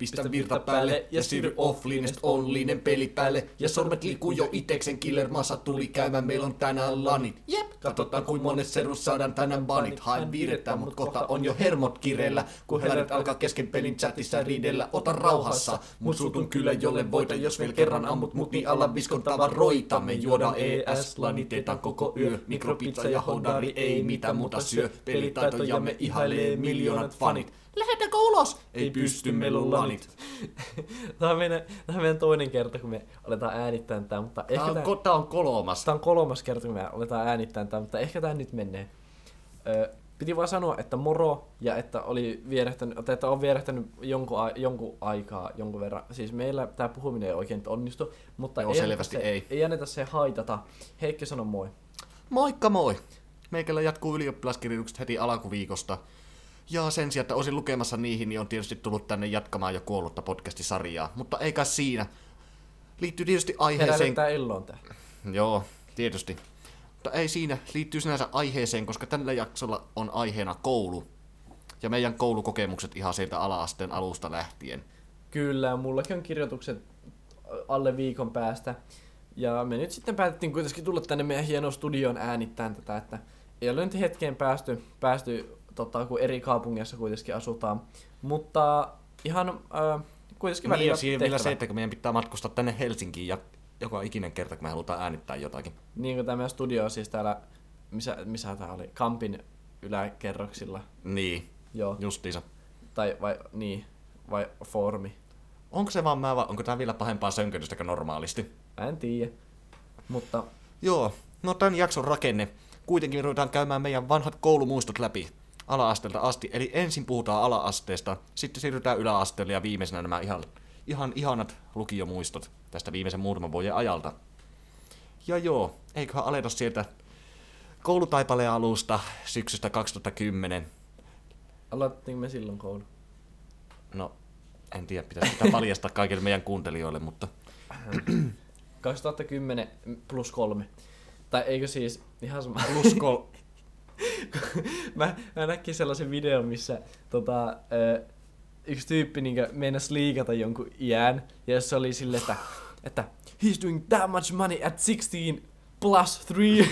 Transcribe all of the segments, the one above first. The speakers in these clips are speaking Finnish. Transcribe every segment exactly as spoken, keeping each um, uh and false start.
Pistä virta päälle ja siirry offlinesta onlinen peli päälle. Ja sormet liikkuu jo iteksen killer massa tuli käymään, meillä on tänään lanit. Jep, katsotaan kuin monet serus saadaan tänään banit. Haen viirettä, mut kohta on jo hermot kireellä. Kun helärit alkaa kesken pelin chatissa riidellä, ota rauhassa. Mut suutun kyllä jolle voita, jos vielä kerran ammut mut niin alla viskon tavaroita. Me juodaan E S, lanitetaan koko yö. Mikropizza ja hodari ei mitään muuta syö. Pelitaitojamme ihailee miljoonat fanit. Lähdetäänkö ulos? Ei pysty, meillä on lanit. Tämä on, meidän, tämä on meidän toinen kerta, kun me aletaan äänittää tämä, mutta ehkä Tämä on, tämä, tämä on kolmas. tämä on kolmas kerta, kun me aletaan äänittää tämä, mutta ehkä tämä nyt menee. Ö, piti vaan sanoa, että moro ja että, oli vierähtänyt, että on vierähtänyt jonkun, a, jonkun aikaa jonkun verran. Siis meillä tämä puhuminen ei oikein onnistu, mutta Joo, ei, selvästi se, ei. ei anneta se haitata. Heikki, sano moi. Moikka moi! Meikällä jatkuu ylioppilaskirjoitukset heti alkuviikosta. Ja sen sijaan, että olisin lukemassa niihin, niin on tietysti tullut tänne jatkamaan jo kuollutta podcastisarjaa. Mutta eikä siinä. Liittyy tietysti aiheeseen... Herätetään illoon tää. Joo, tietysti. Mutta ei siinä. Liittyy sinänsä aiheeseen, koska tällä jaksolla on aiheena koulu. Ja meidän koulukokemukset ihan sieltä ala-asteen alusta lähtien. Kyllä, mullakin on kirjoitukset alle viikon päästä. Ja me nyt sitten päätettiin kuitenkin tulla tänne meidän hienoon studioon äänittämään tätä, että ei ole nyt hetkeen päästy, päästy tota, kun eri kaupungeissa kuitenkin asutaan. Mutta ihan äh, kuitenkin välillä niin, siihen vielä tehtävä. se, että kun meidän pitää matkustaa tänne Helsinkiin ja joka ikinen kerta, kun me halutaan äänittää jotakin. Niin kuin tämä meidän studio on siis täällä, missä, missä tää oli, Kampin yläkerroksilla. Niin, Joo. justiinsa. Tai vai, niin, vai Formi. Onko se vaan mä vai onko tää vielä pahempaa sönkötystä kuin normaalisti? Mä en tiedä. Mutta Joo, no tämän jakson rakenne. Kuitenkin me ruvetaan käymään meidän vanhat koulumuistot läpi ala-asteelta asti. Eli ensin puhutaan ala-asteesta, sitten siirrytään yläasteelle ja viimeisenä nämä ihan, ihan ihanat lukiomuistot tästä viimeisen muutaman vuoden ajalta. Ja joo, eiköhän aleta sieltä koulutaipaleen alusta syksystä kaksituhattakymmenen. aloitettiinko me silloin koulu? No, en tiedä, pitäisi sitä paljastaa kaikille meidän kuuntelijoille, mutta... kaksituhattakymmenen plus kolme. Tai eikö siis ihan sama... Plus kol... mä, mä näkin sellaisen videon, missä tota, ö, yksi tyyppi niinkö meinasi liikata jonkun iän, ja se oli silleen, että, että he's doing that much money at sixteen plus three.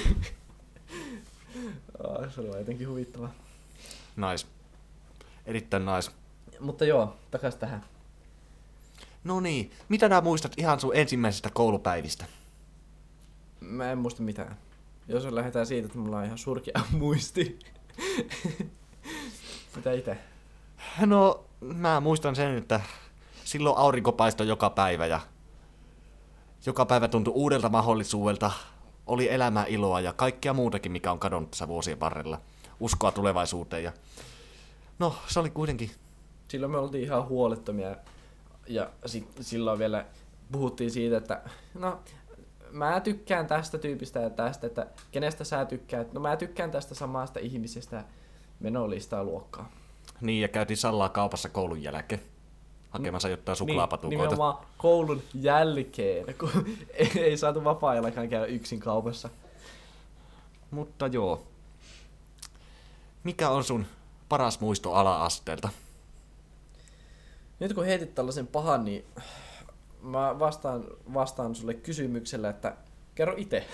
Oh, se oli vaan jotenkin huvittavaa. Nice. Erittäin nice. Mutta joo, takas tähän. No niin, mitä nää muistat ihan sun ensimmäisistä koulupäivistä? Mä en muista mitään. Jos lähdetään siitä, että mulla on ihan surkea muisti. Mitä ite? No, mä muistan sen, että silloin aurinko paistoi joka päivä ja joka päivä tuntui uudelta mahdollisuudelta. Oli elämää, iloa ja kaikkea muutakin, mikä on kadonnut tässä vuosien varrella. Uskoa tulevaisuuteen ja... No, se oli kuitenkin... Silloin me oltiin ihan huolettomia ja sit, silloin vielä puhuttiin siitä, että no mä tykkään tästä tyypistä ja tästä, että kenestä sä tykkäät. No mä tykkään tästä samasta ihmisestä, menolistaa luokkaa. Niin, ja käytiin sallaa kaupassa koulun jälkeen hakemassa jotain suklaapatukoita. Niin, nimenomaan koulun jälkeen, kun ei, ei saatu vapaa-ajallakaan käydä yksin kaupassa. Mutta joo. Mikä on sun paras muisto ala-asteelta? Nyt kun heitit tällaisen pahan, niin mä vastaan, vastaan sulle kysymyksellä, että kerro ite.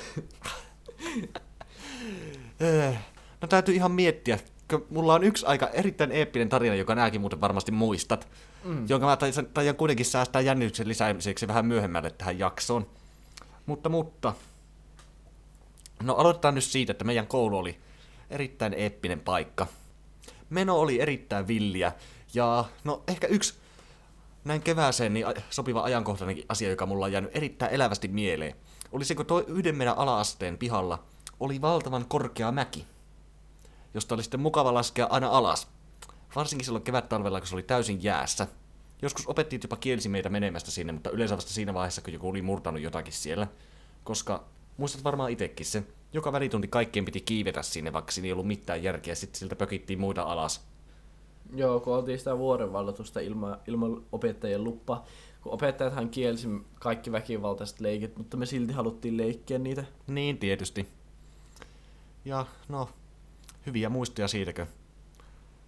No täytyy ihan miettiä. Mulla on yksi aika erittäin eeppinen tarina, joka nääkin muuten varmasti muistat. Mm. Jonka mä taidan kuitenkin säästää jännityksen lisäämiseksi vähän myöhemmälle tähän jaksoon. Mutta, mutta... No aloitetaan nyt siitä, että meidän koulu oli erittäin eeppinen paikka. Meno oli erittäin villiä. Ja no ehkä yksi näin kevääseen niin sopiva ajankohtainenkin asia, joka mulla on jäänyt erittäin elävästi mieleen. Oli se, kun toi yhden meidän ala-asteen pihalla oli valtavan korkea mäki, josta oli sitten mukava laskea aina alas. Varsinkin silloin kevättalvella, kun se oli täysin jäässä. Joskus opettajat jopa kielsi meitä menemästä sinne, mutta yleensä vasta siinä vaiheessa, kun joku oli murtanut jotakin siellä. Koska muistat varmaan itekin sen. Joka välitunti kaikkien piti kiivetä sinne, vaikka siinä ei ollut mitään järkeä. Sitten siltä pökittiin muita alas. Joo, kun oltiin sitä vuorenvallatusta ilman, ilman opettajien luppaa. Kun opettajathan kielsi kaikki väkivaltaiset leikit, mutta me silti haluttiin leikkiä niitä. Niin, tietysti. Ja no, hyviä muistoja siitäkö.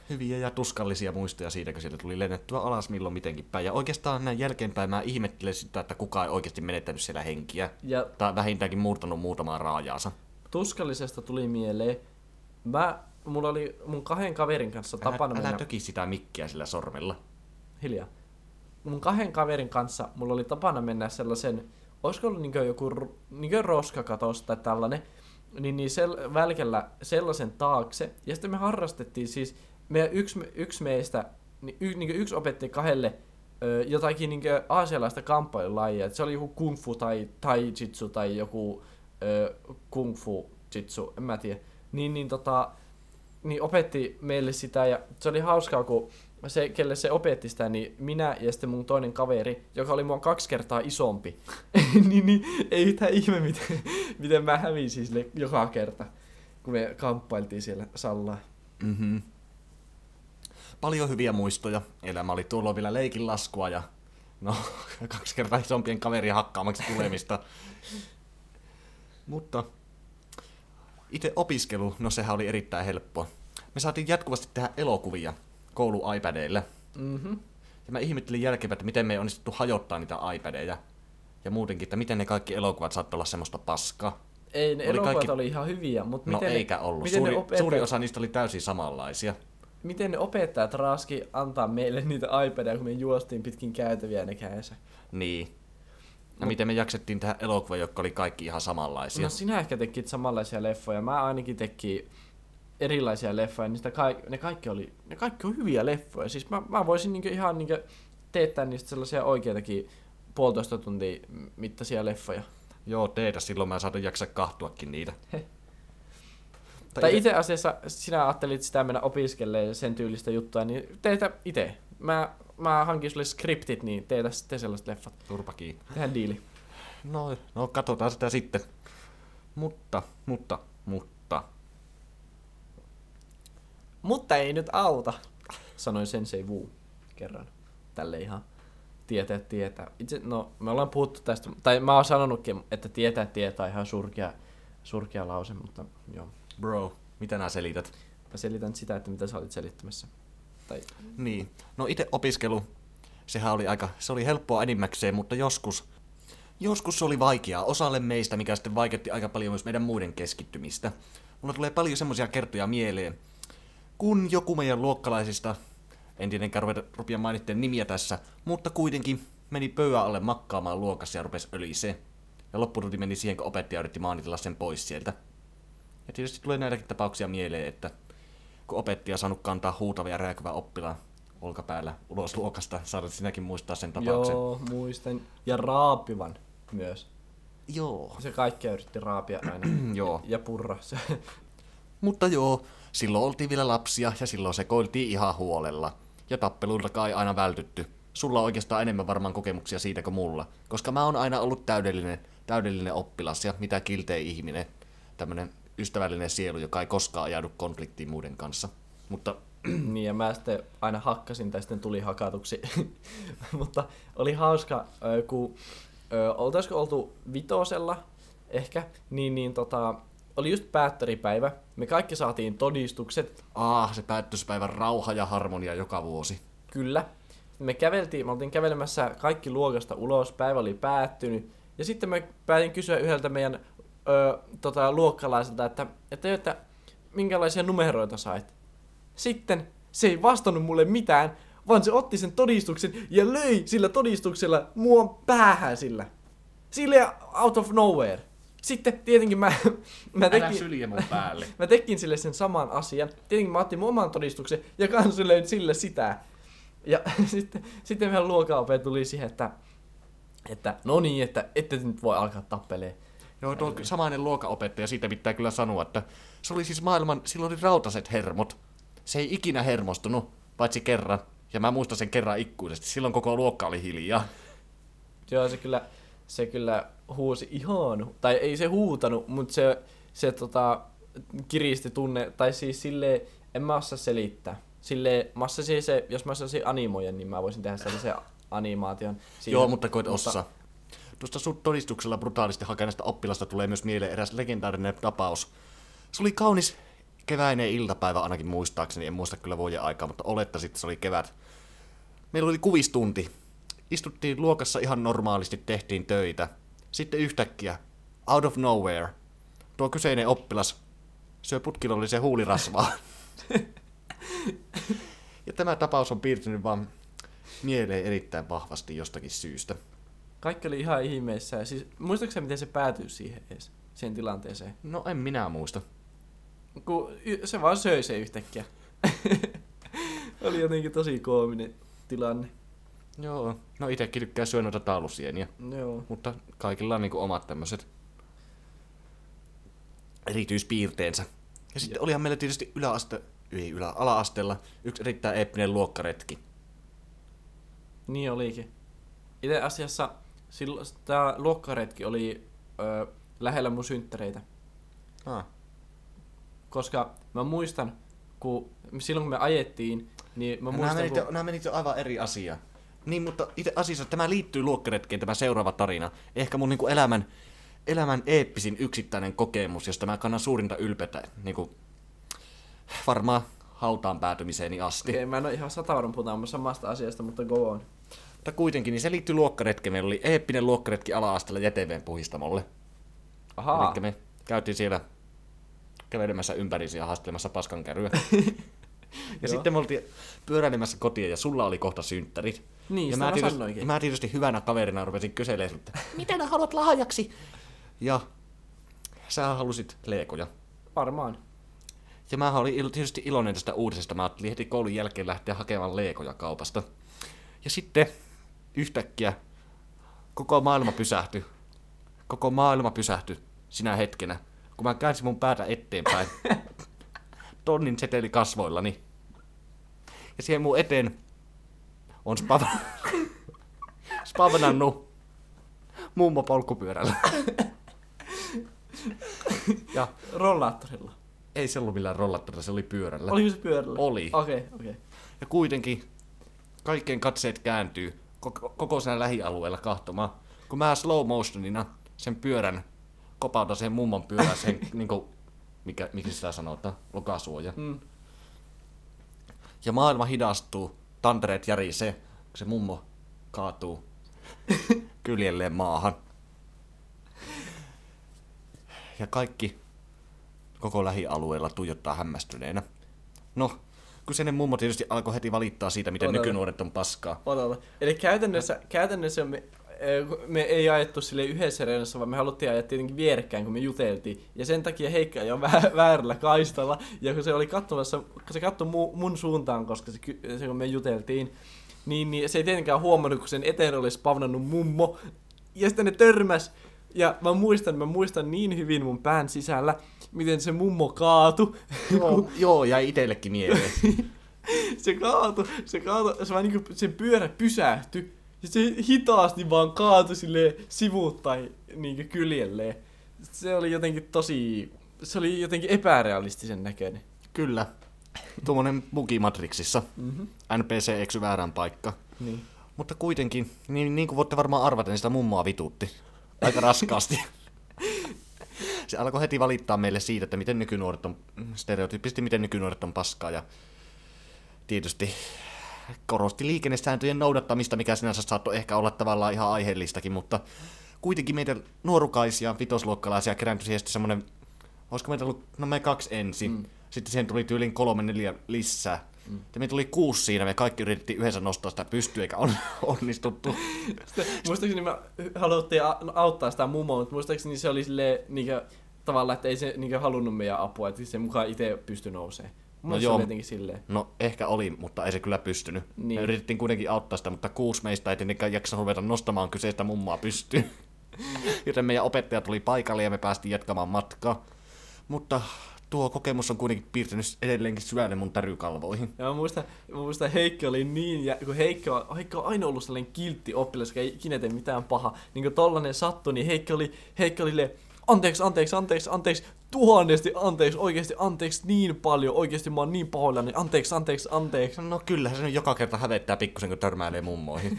Hyviä ja tuskallisia muistoja siitä, kun sieltä tuli lennettyä alas milloin mitenkin päin. Ja oikeastaan näin jälkeenpäin mä ihmettelen sitä, että kukaan ei oikeasti menettänyt siellä henkiä. Ja Tai vähintäänkin murtanut muutamaa raajaansa. tuskallisesta tuli mieleen, mä, mulla oli mun kahden kaverin kanssa tapana Älä, mennä... älä töki sitä mikkiä sillä sormella. Hiljaa. Mun kahden kaverin kanssa mulla oli tapana mennä sellaisen, olisiko ollut niinkö joku ru- niinkö roskakatos tai tällainen, niin, niin sel- välkellä sellaisen taakse. Ja sitten me harrastettiin siis, meidän yksi, yksi meistä, niin, y, niinkö yksi opetti kahdelle ö, jotakin niinkö aasialaista kamppailulajia. Et se oli joku kung fu tai tai jitsu tai joku ö, kung fu jitsu, en mä tiedä. Niin, niin, tota, niin opetti meille sitä ja se oli hauskaa, kun se, kelle se opetti sitä, niin minä ja sitten mun toinen kaveri, joka oli mua kaksi kertaa isompi, niin, niin ei yhtään ihme, miten, miten mä hävisin sille joka kerta, kun me kamppailtiin siellä sallaa. Mm-hmm. Paljon hyviä muistoja. Elämä oli tuolla vielä leikin laskua ja no, kaksi kertaa isompien kaveria hakkaamaksi tulemista. Mutta itse opiskelu, no sehän oli erittäin helppoa. Me saatiin jatkuvasti tehdä elokuvia koulu iPadeilla. Mm-hmm. Ja mä ihmettelin jälkeenpäin, että miten me ei onnistuttu hajottaa niitä iPadeja. Ja muutenkin, että miten ne kaikki elokuvat saattoi olla semmoista paskaa. Ei, ne Oli elokuvat kaikki... oli ihan hyviä, mutta No miten, eikä ne, ollut. miten, Suuri, ne opettajat, suuri osa niistä oli täysin samanlaisia. miten ne opettajat raski antaa meille niitä iPadeja, kun me juostiin pitkin käytäviä ne kädessä. Niin. Ja Mut- miten me jaksettiin tehdä elokuvia, jotka oli kaikki ihan samanlaisia. No sinä ehkä tekit samanlaisia leffoja, mä ainakin tekin erilaisia leffoja, niistä kaik- ne, kaikki oli, ne kaikki on hyviä leffoja. Siis mä, mä voisin niinku ihan niinku teettää niistä sellaisia oikeitakin puolitoista tuntia mittaisia leffoja. Joo, teitä silloin mä saatan jaksaa kahtuakin niitä. Heh. Tai Tai ite- itse asiassa sinä ajattelit sitä mennä opiskelemaan sen tyylistä juttua, niin teetä itse. Mä, mä hankin sulle skriptit, niin teetä sitten sellaiset leffat. Turpa kiinni. Tehdään diili. No, no, katsotaan sitä sitten. Mutta, mutta, mutta. Mutta ei nyt auta, sanoi Sensei Wu kerran. Tälle ihan tietää tietää. Itse, no, me ollaan puhuttu tästä, tai mä oon sanonutkin, että tietää tietää ihan surkea, surkea lause, mutta joo. Bro, mitä nää selität? Mä selitän sitä, että mitä sä olit selittämässä. Tai... Niin. No itse opiskelu, sehän oli aika, se oli helppoa enimmäkseen, mutta joskus, joskus se oli vaikeaa osalle meistä, mikä sitten vaikeutti aika paljon myös meidän muiden keskittymistä. Mulla tulee paljon semmoisia kertoja mieleen, kun joku meidän luokkalaisista, en tietenkään ruveta, rupia mainitteen nimiä tässä, mutta kuitenkin meni pöydän alle makkaamaan luokassa ja rupesi ölisee. Ja loppututi meni siihen, kun opettaja yritti maanitella sen pois sieltä. Ja tietysti tulee näitäkin tapauksia mieleen, että kun opettaja on saanut kantaa huutava ja rääkyvä oppilaan olkapäällä ulos luokasta, saatat sinäkin muistaa sen tapauksen. Joo, muistan. Ja raapivan myös. Joo. Se kaikkea yritti raapia aina. Joo. Ja purra se. Mutta joo, silloin oltiin vielä lapsia ja silloin sekoiltiin ihan huolella. Ja tappeluilta ei aina vältytty. Sulla on oikeastaan enemmän varmaan kokemuksia siitä kuin mulla, koska mä oon aina ollut täydellinen, täydellinen oppilas ja mitä kiltei ihminen. Tämmönen ystävällinen sielu, joka ei koskaan ajaudu konfliktiin muiden kanssa. Mutta Niin, ja mä sitten aina hakkasin tai sitten tuli hakatuksi. Mutta oli hauska, ö, kun ö, oltaisiko oltu vitosella ehkä, niin, niin tota, oli just päättäripäivä. Me kaikki saatiin todistukset, ah, se päättyspäivän rauha ja harmonia joka vuosi. kyllä. Me käveltiin, me oltiin kävelemässä kaikki luokasta ulos, päivä oli päättynyt. Ja sitten mä päätin kysyä yhdeltä meidän ö, tota, luokkalaiselta, että, että, että minkälaisia numeroita sait. Sitten se ei vastannut mulle mitään, vaan se otti sen todistuksen ja löi sillä todistuksella mua päähän sillä. Sille out of nowhere. Sitten tietenkin mä, mä, Älä tekin, sylje mun päälle. mä tekin sille sen saman asian. Tietenkin mä otin mun oman todistuksen ja kans löin sille sitä. Ja sitten, sitten meidän luokanopettaja tuli siihen, että, että no niin, että ette nyt voi alkaa tappelee. Joo, tuo samainen luokanopettaja, siitä pitää kyllä sanoa, että se oli siis maailman, silloin oli rautaset hermot. Se ei ikinä hermostunut, paitsi kerran. Ja mä muistan sen kerran ikuisesti. Silloin koko luokka oli hiljaa. Joo, se kyllä, se kyllä huusi ihan, tai ei se huutanut, mutta se, se tota, kiristi tunne, tai siis silleen, en mä osaa selittää. Silleen, mä osasin se, jos mä osasin animoida, niin mä voisin tehdä sellaisen animaation. Siihen, Joo, mutta koet osaa. Tuosta sun todistuksella brutaalisti hakeneesta oppilasta tulee myös mieleen eräs legendaarinen tapaus. Se oli kaunis, keväinen iltapäivä ainakin muistaakseni, en muista kyllä vuoden aikaa, mutta olettaisin, että se oli kevät. Meillä oli kuvistunti. Istuttiin luokassa ihan normaalisti, tehtiin töitä. Sitten yhtäkkiä, out of nowhere, tuo kyseinen oppilas syö putkilollisen huulirasvaa. Ja tämä tapaus on piirtynyt vaan mieleen erittäin vahvasti jostakin syystä. Kaikki oli ihan ihmeessä. Siis, muistatko miten se päätyi siihen edes, siihen tilanteeseen? No en minä muista. Kun se vaan söi se yhtäkkiä. Oli jotenkin tosi koominen tilanne. Joo, no itekin tykkää syödä noita taulusieniä. Joo. Mutta kaikilla on niinku omat tämmöiset erityispiirteensä. Ja sitten olihan meillä tietysti yläaste, ei ylä, ala-asteella yksi erittäin eeppinen luokkaretki. Niin olikin. Itse asiassa silloin tämä luokkaretki oli ö, lähellä mun synttäreitä. Ah. Koska mä muistan, kun silloin kun me ajettiin, niin mä Nämä muistan, menit, kun... jo, nämä menit jo aivan eri asia. Niin, mutta itse asiassa tämä liittyy luokkaretkeen, tämä seuraava tarina. Ehkä mun niinku elämän, elämän eeppisin yksittäinen kokemus, josta mä kannan suurinta ylpetä. Niinku, varmaan hautaan päätymiseeni asti. Okei, mä en ole ihan sata varma puhutaan samasta asiasta, mutta go on. Mutta kuitenkin, niin se liittyy luokkaretkeen. Meillä oli eeppinen luokkaretki ala-asteella jäteveen puhistamolle. Ahaa. Eli me käytiin siellä kävelemässä ympäriinsä ja haastelemassa paskankäryä. Ja sitten me oltiin pyöräilemässä kotiin ja sulla oli kohta synttärit. Niin, ja sitä mä, mä tietysti, sanoinkin. ja mä tietysti hyvänä kaverina rupesin kyselemään, että mitä nää haluat lahjaksi? Ja sä halusit leekoja. Varmaan. Ja mä olin il- tietysti iloinen tästä uudisesta. Mä ajattelin heti koulun jälkeen lähteä hakemaan leekoja kaupasta. Ja sitten yhtäkkiä koko maailma pysähtyi. Koko maailma pysähtyi sinä hetkenä, kun mä käänsin mun päätä eteenpäin. Tonnin seteli kasvoillani. Ja siihen mun eteen on spav- spavnannut mummo polkupyörällä. Ja Rollaattorilla. ei se ollut millään rollattorilla, se oli pyörällä. Oliko se pyörällä? Oli. Okei, okay, okei. Okay. Ja kuitenkin kaikkien katseet kääntyy koko, koko siinä lähialueella kahtomaan. Kun mä slow motionina sen pyörän kopautan sen mummon pyörän, sen niinku, mikä, miksi sitä sanotaan, lokasuoja. Mm. Ja maailma hidastuu, tantereet järisee, kun se mummo kaatuu kyljelleen maahan. Ja kaikki koko lähialueella tuijottaa hämmästyneenä. No, kyseinen mummo tietysti alkoi heti valittaa siitä, miten Ota, nykynuoret on paskaa. Ota, ota. Eli käytännössä, käytännössä me, me ei ajettu sille yhdessä reunassa, vaan me haluttiin ajaa tietenkin vierekkäin, kun me juteltiin. Ja sen takia Heikka ajoi vä- väärällä kaistalla. Ja kun se oli katsomassa, kun se katsoi mu- mun suuntaan, koska se, se kun me juteltiin, niin, niin se ei tietenkään huomannut, kun sen eteen oli spavnannut mummo. Ja sitten ne törmäs. Ja mä muistan, mä muistan niin hyvin mun pään sisällä, miten se mummo kaatu. Joo, joo jäi itsellekin mieleen. Se kaatu, se kaatu, se vaan niinku, sen pyörä pysähtyi. Ja se hitaasti vaan kaatui silleen sivuuttain niinku kyljelleen. Se oli jotenkin tosi, se oli jotenkin epärealistisen näköinen. Kyllä. Tuommoinen bugi Matrixissa. Mm-hmm. N P C eksy väärään paikka. Niin. Mutta kuitenkin, niin, niin kuin voitte varmaan arvata, niin sitä mummoa vituutti. Aika raskaasti. Se alkoi heti valittaa meille siitä, että miten nykynuoret on, stereotyyppisesti miten nykynuoret on paskaa. Ja tietysti korosti liikennesääntöjen noudattamista, mikä sinänsä saattoi ehkä olla tavallaan ihan aiheellistakin, mutta kuitenkin meitä nuorukaisia, vitosluokkalaisia kerääntyi siihen semmoinen, olisiko meitä ollut, no me kaksi ensin, mm. sitten siihen tuli tyyliin kolme, neljä lisää. Mm. Ja meitä tuli kuusi siinä, me kaikki yritettiin yhdessä nostaa sitä pystyä, eikä on, onnistuttu. Sitten, muistaakseni me haluttiin auttaa sitä mummoa, mutta muistaakseni se oli silleen niinkö, tavallaan, että ei se niinkö halunnut meidän apua, että se mukaan itse pystyi nousee. No joo, jotenkin silleen. No ehkä oli, mutta ei se kyllä pystynyt. Niin. Me yritettiin kuitenkin auttaa sitä, mutta kuusi meistä ei tietenkään jaksanut ruveta nostamaan kyseistä mummaa pystyyn. Joten meidän opettaja tuli paikalle ja me päästiin jatkamaan matkaa. Mutta tuo kokemus on kuitenkin piirtynyt edelleenkin syvälle mun tärykalvoihin. Ja mä muistan, mä muistan Heikki oli niin, ja kun Heikki on, Heikki on aina ollut sellainen kiltti oppilas, joka ei ikinä tee mitään pahaa. Niin kun tollanen sattui, niin Heikki oli, Heikki oli le, anteeksi, anteeksi, anteeksi, anteeksi, tuhannesti anteeksi, oikeesti anteeksi niin paljon, oikeesti mä oon niin pahoillani, anteeksi, anteeksi, anteeksi. No kyllähän se nyt joka kerta hävettää pikkusen, kun törmäilee mummoihin.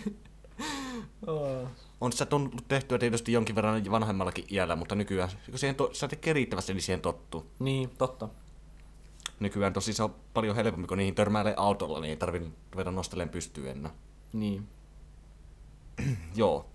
oh. On sitä tullut tehtyä tietysti jonkin verran vanhemmallakin iällä, mutta nykyään, kun siihen to, sä tekee riittävästi, niin siihen tottuu. Niin, totta. Nykyään tosi se on paljon helpompi, kun niihin törmäilee autolla, niin ei tarvitse ruveta nostelemaan pystyyn enää. Niin. Joo.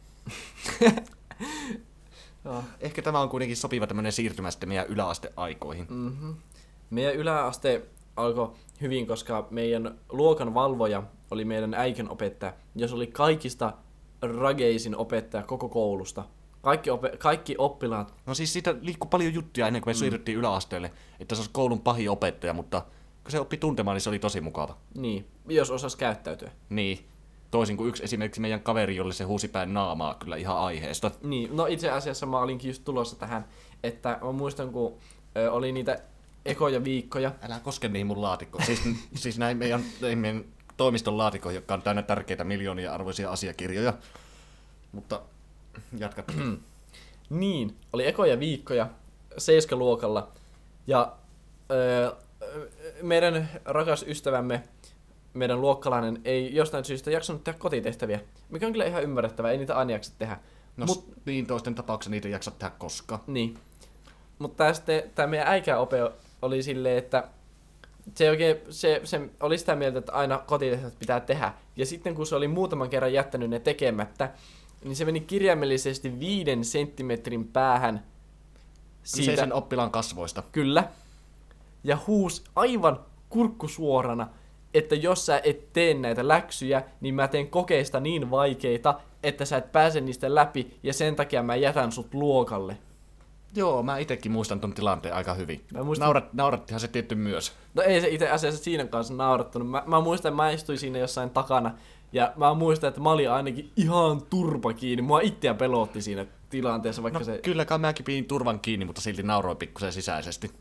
Joo. Ehkä tämä on kuitenkin sopiva tämmöinen siirtymä sitten meidän yläasteaikoihin. Mm-hmm. Meidän yläaste alkoi hyvin, koska meidän luokan valvoja oli meidän äikän opettaja, ja se oli kaikista rageisin opettaja koko koulusta. Kaikki, ope- kaikki oppilaat. No siis siitä liikkui paljon juttuja ennen kuin me mm. siirryttiin yläasteelle, että se olisi koulun pahin opettaja, mutta kun se oppi tuntemaan, niin se oli tosi mukava. Niin, jos osasi käyttäytyä. Niin. Toisin kuin yksi esimerkiksi meidän kaveri, jolle se huusi päin naamaa kyllä ihan aiheesta. Niin, no itse asiassa mä olinkin just tulossa tähän, että mä muistan, kun ö, oli niitä ekoja viikkoja. Älä koske niihin mun laatikkoon. Siis, siis näin meidän, meidän toimiston laatikkoon, joka on täynnä tärkeitä miljoonia arvoisia asiakirjoja. Mutta jatka. Niin, oli ekoja viikkoja seiskaluokalla. Ja ö, meidän rakas ystävämme, meidän luokkalainen, ei jostain syystä jaksanut tehdä kotitehtäviä. Mikä on kyllä ihan ymmärrettävää, ei niitä aina jaksa tehdä. No Mut, niin, toisten tapauksessa niitä ei jaksa tehdä koskaan. Niin. Mutta tämä meidän äikäope oli silleen, että se, oikein, se, se oli sitä mieltä, että aina kotitehtävät pitää tehdä. Ja sitten kun se oli muutaman kerran jättänyt ne tekemättä, niin se meni kirjaimellisesti viiden senttimetrin päähän siitä sen oppilaan kasvoista. Kyllä. Ja huusi aivan kurkkusuorana, että jos sä et tee näitä läksyjä, niin mä teen kokeista niin vaikeita, että sä et pääse niistä läpi, ja sen takia mä jätän sut luokalle. Joo, mä itekin muistan ton tilanteen aika hyvin. Muistan... Naurat, naurattihan se tietty myös. No ei se itse asiassa siinä kanssa naurattanut. Mä, mä muistan, että mä istuin siinä jossain takana, ja mä muistan, että mä olin ainakin ihan turpa kiinni. Mua itseä pelotti siinä tilanteessa, vaikka no, se... kyllä kai mäkin pidin turvan kiinni, mutta silti nauroin pikkusen sisäisesti.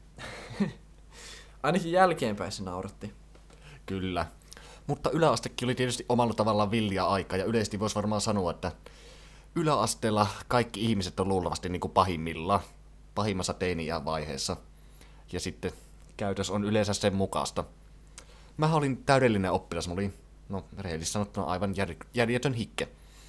Ainakin jälkeenpäin se nauratti. Kyllä. Mutta yläastekin oli tietysti omalla tavallaan villia aika, ja yleisesti voisi varmaan sanoa, että yläasteella kaikki ihmiset on luultavasti niin kuin pahimmillaan, pahimmassa teini-iän vaiheessa. Ja sitten käytös on yleensä sen mukaista. Mä olin täydellinen oppilas, mä olin, no rehellisesti sanottuna aivan jär- järjetön hikke.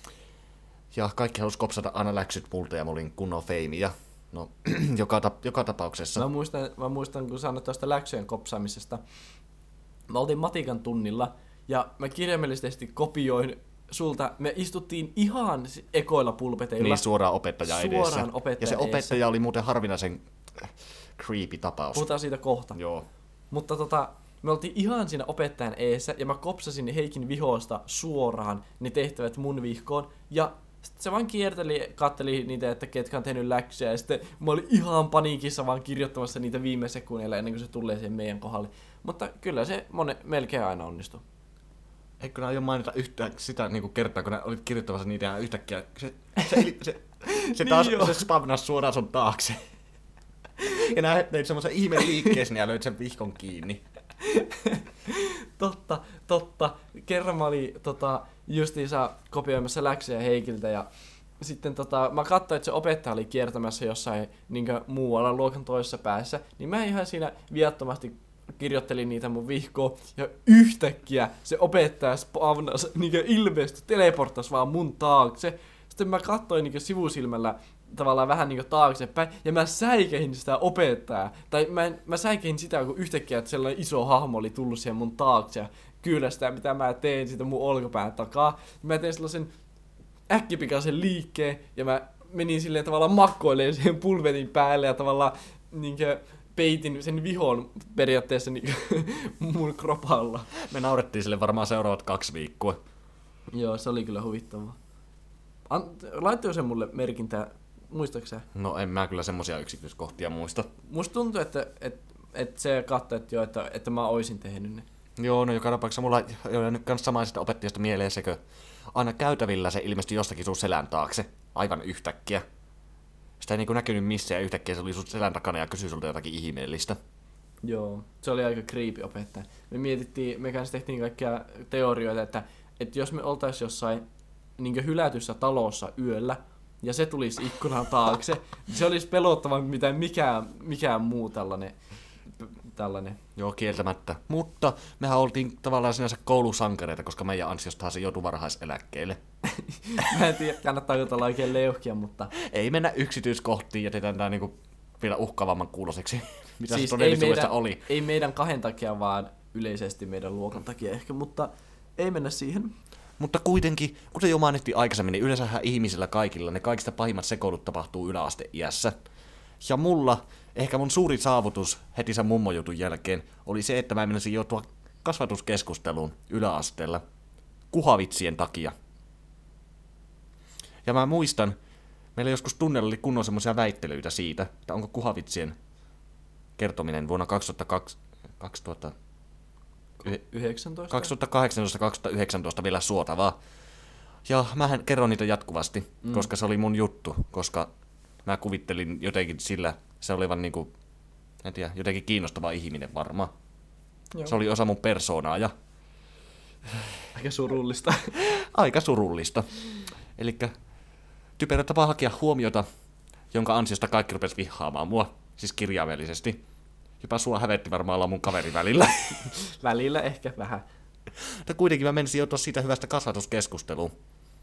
Ja kaikki halusi kopsata aina läksyt multa, ja mä olin kunnon feimiä. No, joka, ta- joka tapauksessa. Mä muistan, mä muistan, kun sanoit tuosta läksyjen kopsaamisesta. Mä oltiin matikan tunnilla, ja mä kirjaimellisesti kopioin sulta. Me istuttiin ihan ekoilla pulpeteilla. Niin, suoraan opettaja edessä. Suoraan opettaja Ja se opettaja edessä. oli muuten harvinaisen creepy tapaus. Puhutaan siitä kohta. Joo. Mutta tota, me oltiin ihan siinä opettajan eessä, ja mä kopsasin Heikin vihosta suoraan ne tehtävät mun vihkoon. Ja sitten se vaan kierteli, katteli niitä, että ketkä on tehnyt läksyjä, ja sitten mä olin ihan paniikissa vaan kirjoittamassa niitä viime sekunneilla ennen kuin se tulee siihen meidän kohdalle. Mutta kyllä se mone, melkein aina onnistui. Eikö nää aio mainita yhtään sitä niin kuin kertaa, kun nää olit kirjoittamassa niitä ja yhtäkkiä se, se, se, se taas Niin se spavnasi suoraan sun taakse. Ja nää teit semmosen ihmeen liikkeeseen ja löit sen vihkon kiinni. Totta, totta. Kerran mä olin tota, justiinsa kopioimassa läksyjä Heikiltä, ja sitten tota, mä katsoin, että se opettaja oli kiertämässä jossain niin muualla luokan toisessa päässä, niin mä ihan siinä viattomasti kirjoittelin niitä mun vihkoon, ja yhtäkkiä se opettaja spavnasi, niin ilmeisesti teleporttasi vaan mun taakse. Sitten mä katsoin niin sivusilmällä tavallaan vähän niin taaksepäin, ja mä säikehin sitä opettajaa. Tai mä, mä säikehin sitä, kun yhtäkkiä että sellainen iso hahmo oli tullut siihen mun taakse, ja kyllästää, mitä mä teen siitä mun olkapään takaa. Mä tein sellaisen äkkipikaisen liikkeen, ja mä menin silleen tavallaan makkoilemaan siihen pulvetin päälle, ja tavallaan niin peitin sen vihon periaatteessa niin mun kropalla. Me naurettiin sille varmaan seuraavat kaksi viikkoa. Joo, se oli kyllä huvittavaa. Laittoi se mulle merkintää, muistaaksä? No en mä kyllä semmosia yksityiskohtia muista. Musta tuntuu, että, että, että se katsoi, että, jo, että, että mä oisin tehnyt ne. Joo, no joka tapauksessa mulla ei ole nyt kans samaisesta opettajasta mieleen sekö aina käytävillä se ilmestyi jostakin sun selän taakse, aivan yhtäkkiä. Sitä ei niinku näkynyt missään ja yhtäkkiä se oli sun selän takana ja kysyi sulta jotakin ihmeellistä. Joo, se oli aika creepy opettaja. Me mietittiin, me kanssa tehtiin kaikkia teorioita, että, että jos me oltais jossain niin hylätyssä talossa yöllä, ja se tulisi ikkunan taakse, se olisi pelottavampi mitä mikään, mikään muu tällainen, tällainen. Joo, kieltämättä. Mutta mehän oltiin tavallaan sinänsä koulusankareita, koska meidän ansiostahan se joutui varhaiseläkkeelle. Mä en tiedä, kannattaako tällä oikein leuhkia, mutta... Ei mennä yksityiskohtiin, jätetään tää niinku vielä uhkaavamman kuuloseksi, mitä siis se todellisuudessa ei meidän, oli. Ei meidän kahden takia, vaan yleisesti meidän luokan takia ehkä, mutta ei mennä siihen. Mutta kuitenkin, kuten jo mainittiin aikaisemmin, niin yleensähän ihmisillä kaikilla ne kaikista pahimmat sekoilut tapahtuu yläasteiässä. Ja mulla, ehkä mun suuri saavutus heti sen mummojutun jälkeen, oli se, että mä menisin joutua kasvatuskeskusteluun yläasteella kuhavitsien takia. Ja mä muistan, meillä joskus tunnella oli kunnon semmoisia väittelyitä siitä, että onko kuhavitsien kertominen vuonna kaksituhattakaksi, kaksituhatta, yhdeksäntoista kaksituhattakahdeksantoista kaksituhattayhdeksäntoista vielä suotavaa. Ja mähän kerron niitä jatkuvasti, mm. koska se oli mun juttu, koska mä kuvittelin jotenkin sillä, se oli vaan niinku, en tiedä, jotenkin kiinnostava ihminen varmaan. Joo. Se oli osa mun persoonaa ja... Aika surullista. Aika surullista. Elikkä typerä tapa hakea huomiota, jonka ansiosta kaikki rupesi vihaamaan mua, siis kirjaimellisesti. Jopa sua hävetti varmaan olla mun kaveri välillä. Välillä ehkä vähän. Mutta kuitenkin mä menisin joutua siitä hyvästä kasvatuskeskusteluun.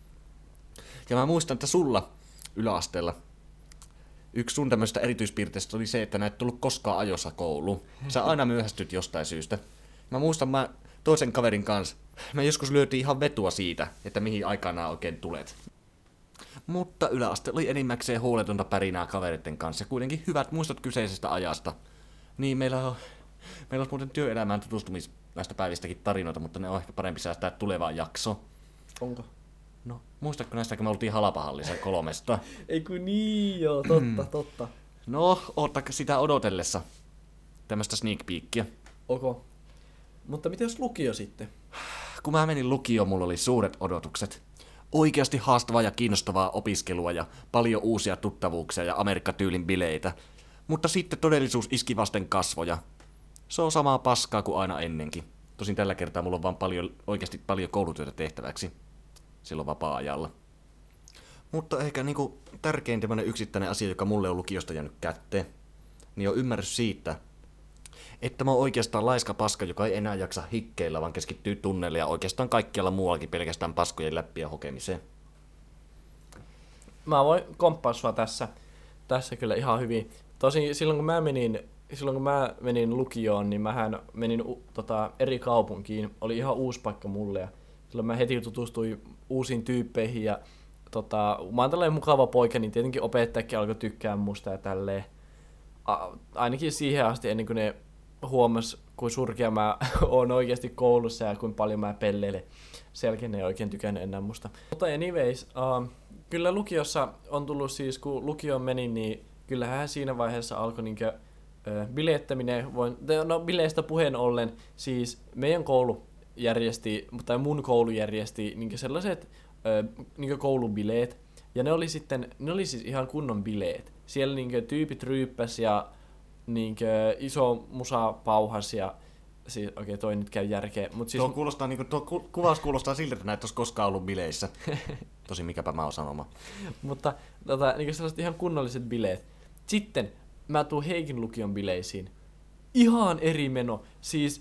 Ja mä muistan, että sulla yläasteella yksi sun tämmöistä erityispiirteistä oli se, että näet tullut koskaan ajossa kouluun. Sä aina myöhästyt jostain syystä. Mä muistan, mä toisen kaverin kanssa, me joskus lyötiin ihan vetua siitä, että mihin aikaan nää oikein tulet. Mutta yläaste oli enimmäkseen huoletonta pärinää kavereiden kanssa ja kuitenkin hyvät muistot kyseisestä ajasta. Niin meillä on, meillä on muuten työelämään tutustumis näistä päivistäkin tarinoita, mutta ne on ehkä parempi säästää tulevaan jaksoon. Onko? No, muistatko näistä, kun me oltiin Halapahallisen kolmesta? Ei kun niin, joo, totta, totta. No, oottako sitä odotellessa tämmöistä sneak peekia? Oko. Mutta miten jos lukio sitten? Kun mä menin lukioon, mulla oli suuret odotukset. Oikeasti haastavaa ja kiinnostavaa opiskelua ja paljon uusia tuttavuuksia ja Amerikka-tyylin bileitä. Mutta sitten todellisuus iski vasten kasvoja. Se on samaa paskaa kuin aina ennenkin. Tosin tällä kertaa mulla on vaan paljon, oikeasti paljon koulutyötä tehtäväksi silloin vapaa-ajalla. Mutta ehkä niinku tärkein tämmönen yksittäinen asia, joka mulle on lukiosta jäänyt kätteen, niin on ymmärrys siitä, että mä oon oikeastaan laiska paska, joka ei enää jaksa hikkeillä, vaan keskittyy tunneille ja oikeastaan kaikkialla muuallakin pelkästään paskojen läppien hokemiseen. Mä voin komppaa sua tässä, tässä kyllä ihan hyvin. Tosin silloin kun mä menin, silloin kun mä menin lukioon, niin mähän menin uh, tota, eri kaupunkiin. Oli ihan uusi paikka mulle ja silloin mä heti tutustuin uusiin tyyppeihin ja tota, mä oon tällainen mukava poika, niin tietenkin opettajakin alkoi tykkää musta ja tälleen. A, ainakin siihen asti ennen kuin ne huomas, kuin surkea mä oon oikeasti koulussa ja kuinka paljon mä pelleilen. Sen jälkeen ne ei oikein tykännyt enää musta. Mutta anyways, uh, kyllä lukiossa on tullut siis, kun lukioon menin, niin kyllähän siinä vaiheessa alkoi niinkö uh, bileettäminen. Voin, no bileistä puheen ollen, siis meidän koulu järjesti, tai mun koulu järjesti niinkö sellaiset uh, niinkö koulubileet. Ja ne oli sitten, ne oli siis ihan kunnon bileet. Siellä niinkö tyypit ryyppäs ja niinkö iso musa pauhas ja siis okei okay, toi nyt käy järkeä. Mut siis tuo, kuulostaa, niinku, tuo ku, kuvaus kuulostaa siltä, että näet ois koskaan ollut bileissä. Tosi mikäpä mä oon sanomaan. Mutta tota, niinkö sellaiset ihan kunnolliset bileet. Sitten mä tuun Heikin lukion bileisiin. Ihan eri meno. Siis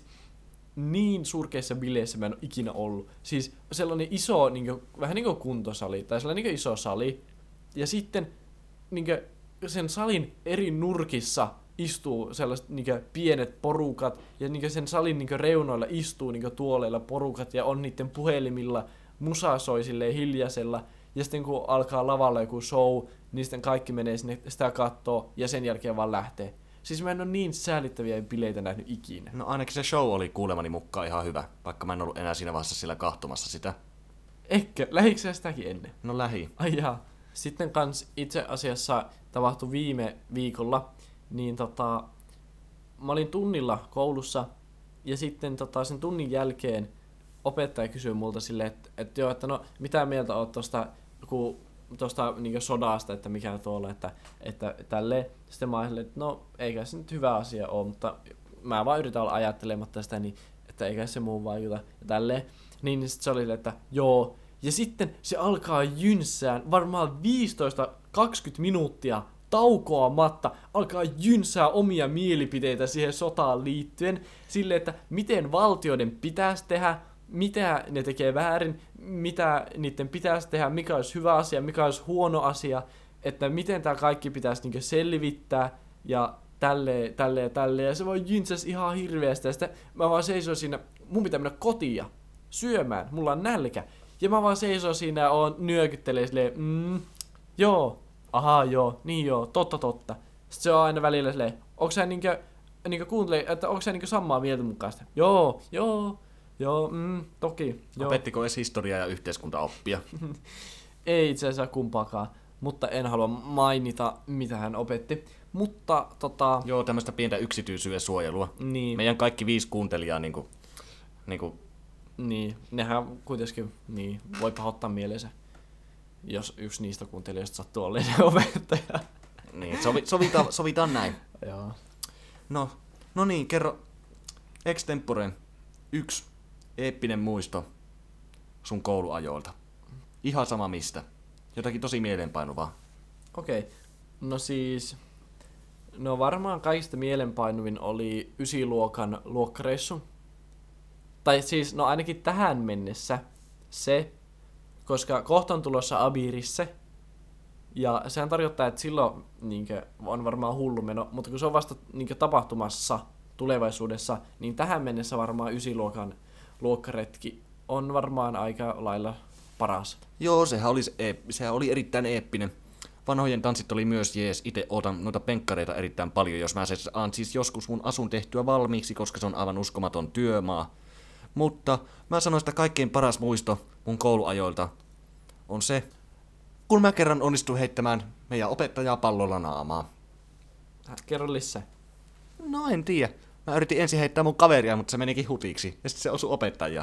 niin surkeissa bileissä mä en oo ikinä ollut. Siis sellainen iso, niinkö, vähän niinku kuntosali, tai sellainen niinkö iso sali. Ja sitten niinkö sen salin eri nurkissa istuu sellaiset niinkö pienet porukat, ja niinkö sen salin niinkö reunoilla istuu niinkö tuoleilla porukat, ja on niiden puhelimilla, musa soi silleen hiljaisella, ja sitten kun alkaa lavalla joku show, niin sitten kaikki menee sinne sitä kattoo, ja sen jälkeen vaan lähtee. Siis mä en ole niin säälittäviä bileitä nähnyt ikinä. No ainakin se show oli kuulemani mukaan ihan hyvä, vaikka mä en ollut enää siinä vaiheessa siellä kahtomassa sitä. Ehkä, lähikö sä sitäkin ennen? No lähi. Ai jaa. Sitten kans itse asiassa tapahtui viime viikolla, niin tota, mä olin tunnilla koulussa, ja sitten tota, sen tunnin jälkeen opettaja kysyi multa silleen, että et joo, että no mitä mieltä oot tosta, kun, tosta niin sodasta, että mikä tuolla, että, että tälleen. Sitten mä ajattelin, että no eikä se nyt hyvä asia ole, mutta mä vaan yritän olla ajattelematta sitä, niin, että eikä se muu vaikuta ja tälleen. Niin sitten se oli, että joo. Ja sitten se alkaa jynsään varmaan viisitoista kaksikymmentä minuuttia taukoamatta, alkaa jynsää omia mielipiteitä siihen sotaan liittyen, sille, että miten valtioiden pitäisi tehdä, mitä ne tekee väärin, mitä niiden pitäisi tehdä, mikä olisi hyvä asia, mikä olisi huono asia, että miten tämä kaikki pitäisi niinku selvittää, ja tälleen, tälleen, tälleen, ja se voi jyntsäs ihan hirveästi, ja sitten mä vaan seisoin siinä, mun pitää mennä kotiin syömään, mulla on nälkä, ja mä vaan seisoin siinä ja oon nyökyttelee silleen, mm, joo, ahaa joo, niin joo, totta totta. Sitten se on aina välillä silleen, onko sä niinkö, niinkö kuuntelee, että onko sä niinkö samaa mieltä mukaista? Joo, joo, joo, mm, toki, joo. Opettiko edes historiaa ja yhteiskuntaoppia? Ei itse asiassa kumpaakaan, mutta en halua mainita, mitä hän opetti. Mutta tota... Joo, tämmöistä pientä yksityisyyden suojelua. Niin. Meidän kaikki viisi kuuntelijaa niinku... niinku niin, nehän kuitenkin, niin, voi pahoittaa mielensä, jos yksi niistä kuuntelijoista sattuu olemaan opettaja. Niin, sovi, sovitaan, sovitaan näin. Joo. No, no niin, kerro extemporen yksi eeppinen muisto sun kouluajoilta. Ihan sama mistä. Jotakin tosi mieleenpainuvaa. Okei, okay. No siis... No varmaan kaikista mielenpainuvin oli ysiluokan luokkareissu. Tai siis, no ainakin tähän mennessä se, koska kohta on tulossa Abirisse. Ja sehän tarkoittaa, että silloin niinkö, on varmaan hullu meno, mutta kun se on vasta niinkö, tapahtumassa tulevaisuudessa, niin tähän mennessä varmaan ysiluokan luokkaretki on varmaan aika lailla paras. Joo, sehän oli, eep- sehän oli erittäin eeppinen. Vanhojen tanssit oli myös jees. Itse otan noita penkkareita erittäin paljon, jos mä saan siis joskus mun asun tehtyä valmiiksi, koska se on aivan uskomaton työmaa. Mutta mä sanoin, että kaikkein paras muisto mun kouluajoilta on se, kun mä kerran onnistuin heittämään meidän opettajaa pallolla naamaa. Kerro lisää. No en tiedä. Mä yritin ensin heittää mun kaveria, mutta se menikin hutiksi. Ja sitten se osui opettajaa.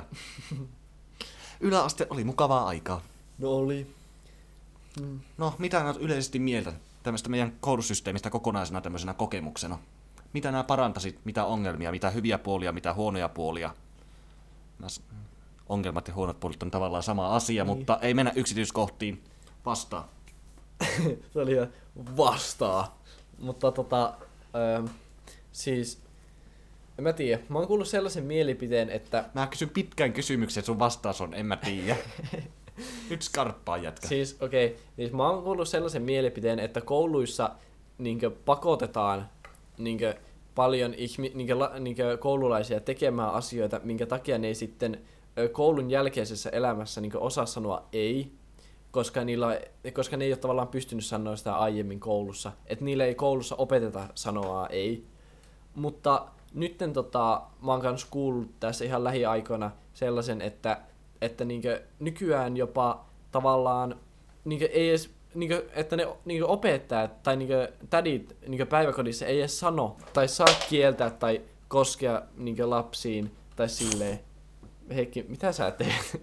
Yläaste oli mukavaa aikaa. No oli. Mm. No, mitä nää yleisesti mieltä tämmöistä meidän koulusysteemistä kokonaisena tämmöisenä kokemuksena? Mitä nämä parantasit? Mitä ongelmia? Mitä hyviä puolia? Mitä huonoja puolia? Mä s- ongelmat ja huonot puolet on tavallaan sama asia, niin. Mutta ei mennä yksityiskohtiin. Vastaa. Se oli ihan vastaa. Mutta tota, öö, siis, en mä tiedä. Mä oon kuullut sellaisen mielipiteen, että... Mä kysyn pitkän kysymyksen, sun vastaus on, en mä tiedä. Nyt skarppaa jätkä. Siis okei, okay, siis mä oon kuullut sellaisen mielipiteen, että kouluissa niinkö pakotetaan niinkö paljon ihmi, niinkö, la, niinkö koululaisia tekemään asioita, minkä takia ne ei sitten ö, koulun jälkeisessä elämässä niinkö osaa sanoa ei, koska, niillä, koska ne ei ole tavallaan pystynyt sanoa sitä aiemmin koulussa. Että niille ei koulussa opeteta sanoa ei. Mutta nytten tota, mä oon kans kuullut tässä ihan lähiaikoina sellaisen, että että niinkö nykyään jopa tavallaan niinkö ei edes, niinkö, että ne niinkö opettajat tai niinkö tädit niinkö päiväkodissa ei edes sano tai saa kieltää tai koskea niinkö lapsiin tai silleen. Heikki, mitä sä teet?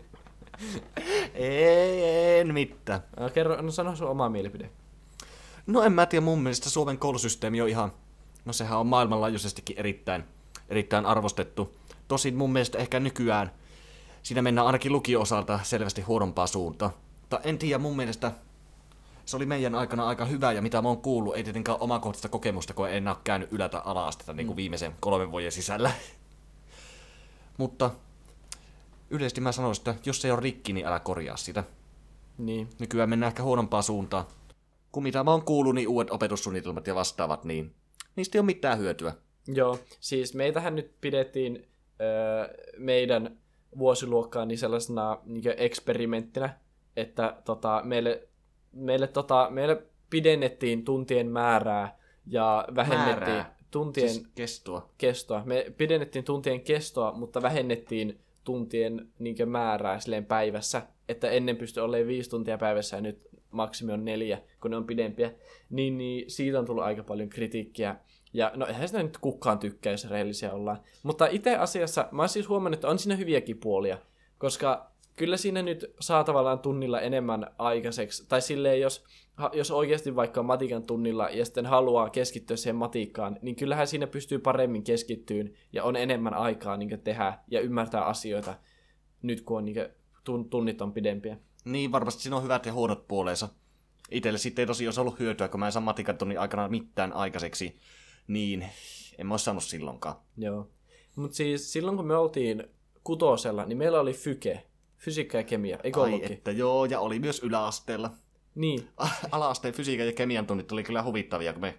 Ei, en mitään. No, kerro, no sano sun oma mielipide. No en mä tiedä, mun mielestä Suomen koulusysteemi on ihan, no sehän on maailmanlaajuisestikin erittäin, erittäin arvostettu. Tosin mun mielestä ehkä nykyään siinä mennään ainakin lukio-osalta selvästi huonompaa suuntaan. Mutta en tiedä, mun mielestä se oli meidän aikana aika hyvä, ja mitä mä oon kuullut, ei tietenkään omakohtaista kokemusta, kun en ole käynyt ylä- tai ala-astetta niin kuin viimeisen kolmen vuoden sisällä. Mutta yleisesti mä sanoisin, että jos se ei ole rikki, niin älä korjaa sitä. Niin. Nykyään mennään ehkä huonompaa suuntaan. Kun mitä mä oon kuullut, niin uudet opetussuunnitelmat ja vastaavat, niin niistä ei ole mitään hyötyä. Joo, siis meitähän nyt pidettiin öö, meidän vuosiluokkaan niin sellaisena niin eksperimenttinä, että tota, meille, meille, tota, meille pidennettiin tuntien määrää ja vähennettiin Määrää. tuntien Siis kestoa. kestoa. Me pidennettiin tuntien kestoa, mutta vähennettiin tuntien niin määrää silleen päivässä, että ennen pystyi olemaan viisi tuntia päivässä ja nyt maksimi on neljä, kun ne on pidempiä. Niin, niin siitä on tullut aika paljon kritiikkiä. Ja no eihän sitä nyt kukaan tykkää, jos rehellisiä ollaan. Mutta itse asiassa mä oon siis huomannut, että on siinä hyviäkin puolia, koska kyllä siinä nyt saa tavallaan tunnilla enemmän aikaiseksi. Tai silleen, jos, jos oikeasti vaikka on matikan tunnilla ja sitten haluaa keskittyä siihen matikkaan, niin kyllähän siinä pystyy paremmin keskittyyn ja on enemmän aikaa niin tehdä ja ymmärtää asioita nyt, kun on, niin kuin, tunnit on pidempiä. Niin, varmasti siinä on hyvät ja huonot puolensa. Itelle sitten ei tosi olisi ollut hyötyä, kun mä en saa matikan tunnin aikana mitään aikaiseksi. Niin, en mä ois saanut silloinkaan. Joo. Mutta siis silloin kun me oltiin kutosella, niin meillä oli fyke, fysiikka ja kemia, eikö Ai ollutkin? että joo, ja oli myös yläasteella. Niin. Ala-asteen fysiikan ja kemian tunnit oli kyllä huvittavia, kun me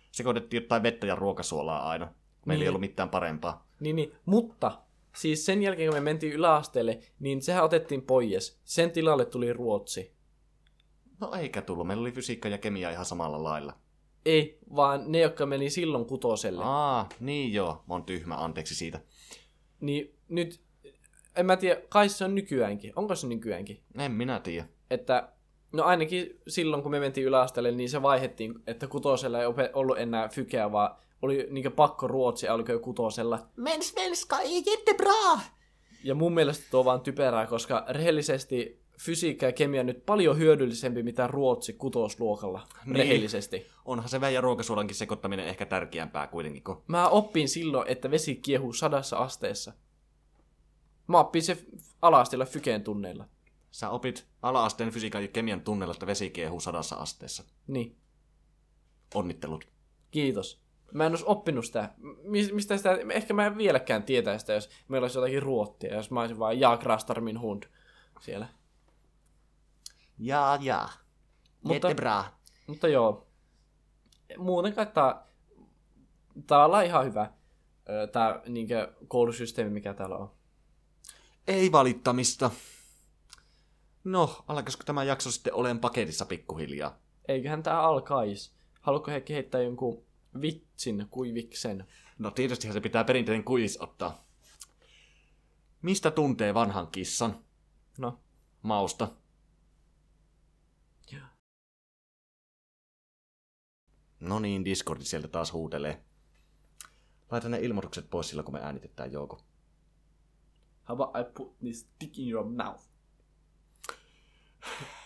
sekoitettiin jotain vettä ja ruokasuolaa aina. Meillä Niin. ei ollut mitään parempaa. Niin, niin, mutta siis sen jälkeen, kun me mentiin yläasteelle, niin sehän otettiin pois. Sen tilalle tuli ruotsi. No eikä tullut. Meillä oli fysiikka ja kemia ihan samalla lailla. Ei, vaan ne, jotka meni silloin kutoselle. Aa, niin joo. Mä oon tyhmä, anteeksi siitä. Niin nyt, en mä tiedä, kai se on nykyäänkin. Onko se nykyäänkin? En minä tiedä. Että, no ainakin silloin, kun me mentiin yläasteelle, niin se vaihettiin, että kutosella ei ope- ollut enää fykeä, vaan oli niinkö pakko ruotsi, oliko jo kutosella. Men svenska är jättebra! Ja mun mielestä tuo on vaan typerää, koska rehellisesti fysiikka ja kemia on nyt paljon hyödyllisempi mitä ruotsi kutosluokalla. Niin. Rehellisesti. Onhan se veden ja ruokasuolankin sekoittaminen ehkä tärkeämpää kuitenkin, kun... Mä oppin silloin, että vesi kiehuu sadassa asteessa. Mä oppin se ala-asteella fykeen tunneilla. Sä opit ala-asteen fysiikan ja kemian tunnella, että vesi kiehuu sadassa asteessa. Niin, Onnittelut. kiitos. Mä en olisi oppinut sitä. Mis- Mistä sitä, ehkä mä en vieläkään tietää sitä, jos meillä olisi jotakin ruottia, jos mä olisin vaan Jag rastar min hund siellä. Jaa, jaa. Mutta- Jättebra. Mutta joo, muuten kai tää, tää on ihan hyvä, ö, tää niinkö koulusysteemi, mikä täällä on. Ei valittamista. No, alkaisiko tämä jakso sitten olen paketissa pikkuhiljaa? Eiköhän tää alkais. Haluatko he kehittää jonkun vitsin, kuiviksen? No tietystihän se pitää perinteinen kuivis ottaa. Mistä tuntee vanhan kissan? No, Mausta. Joo. No niin, Discordi sieltä taas huutelee. Laita ne ilmoitukset pois silloin, kun me äänitetään Jouko. how about I put this stick in your mouth?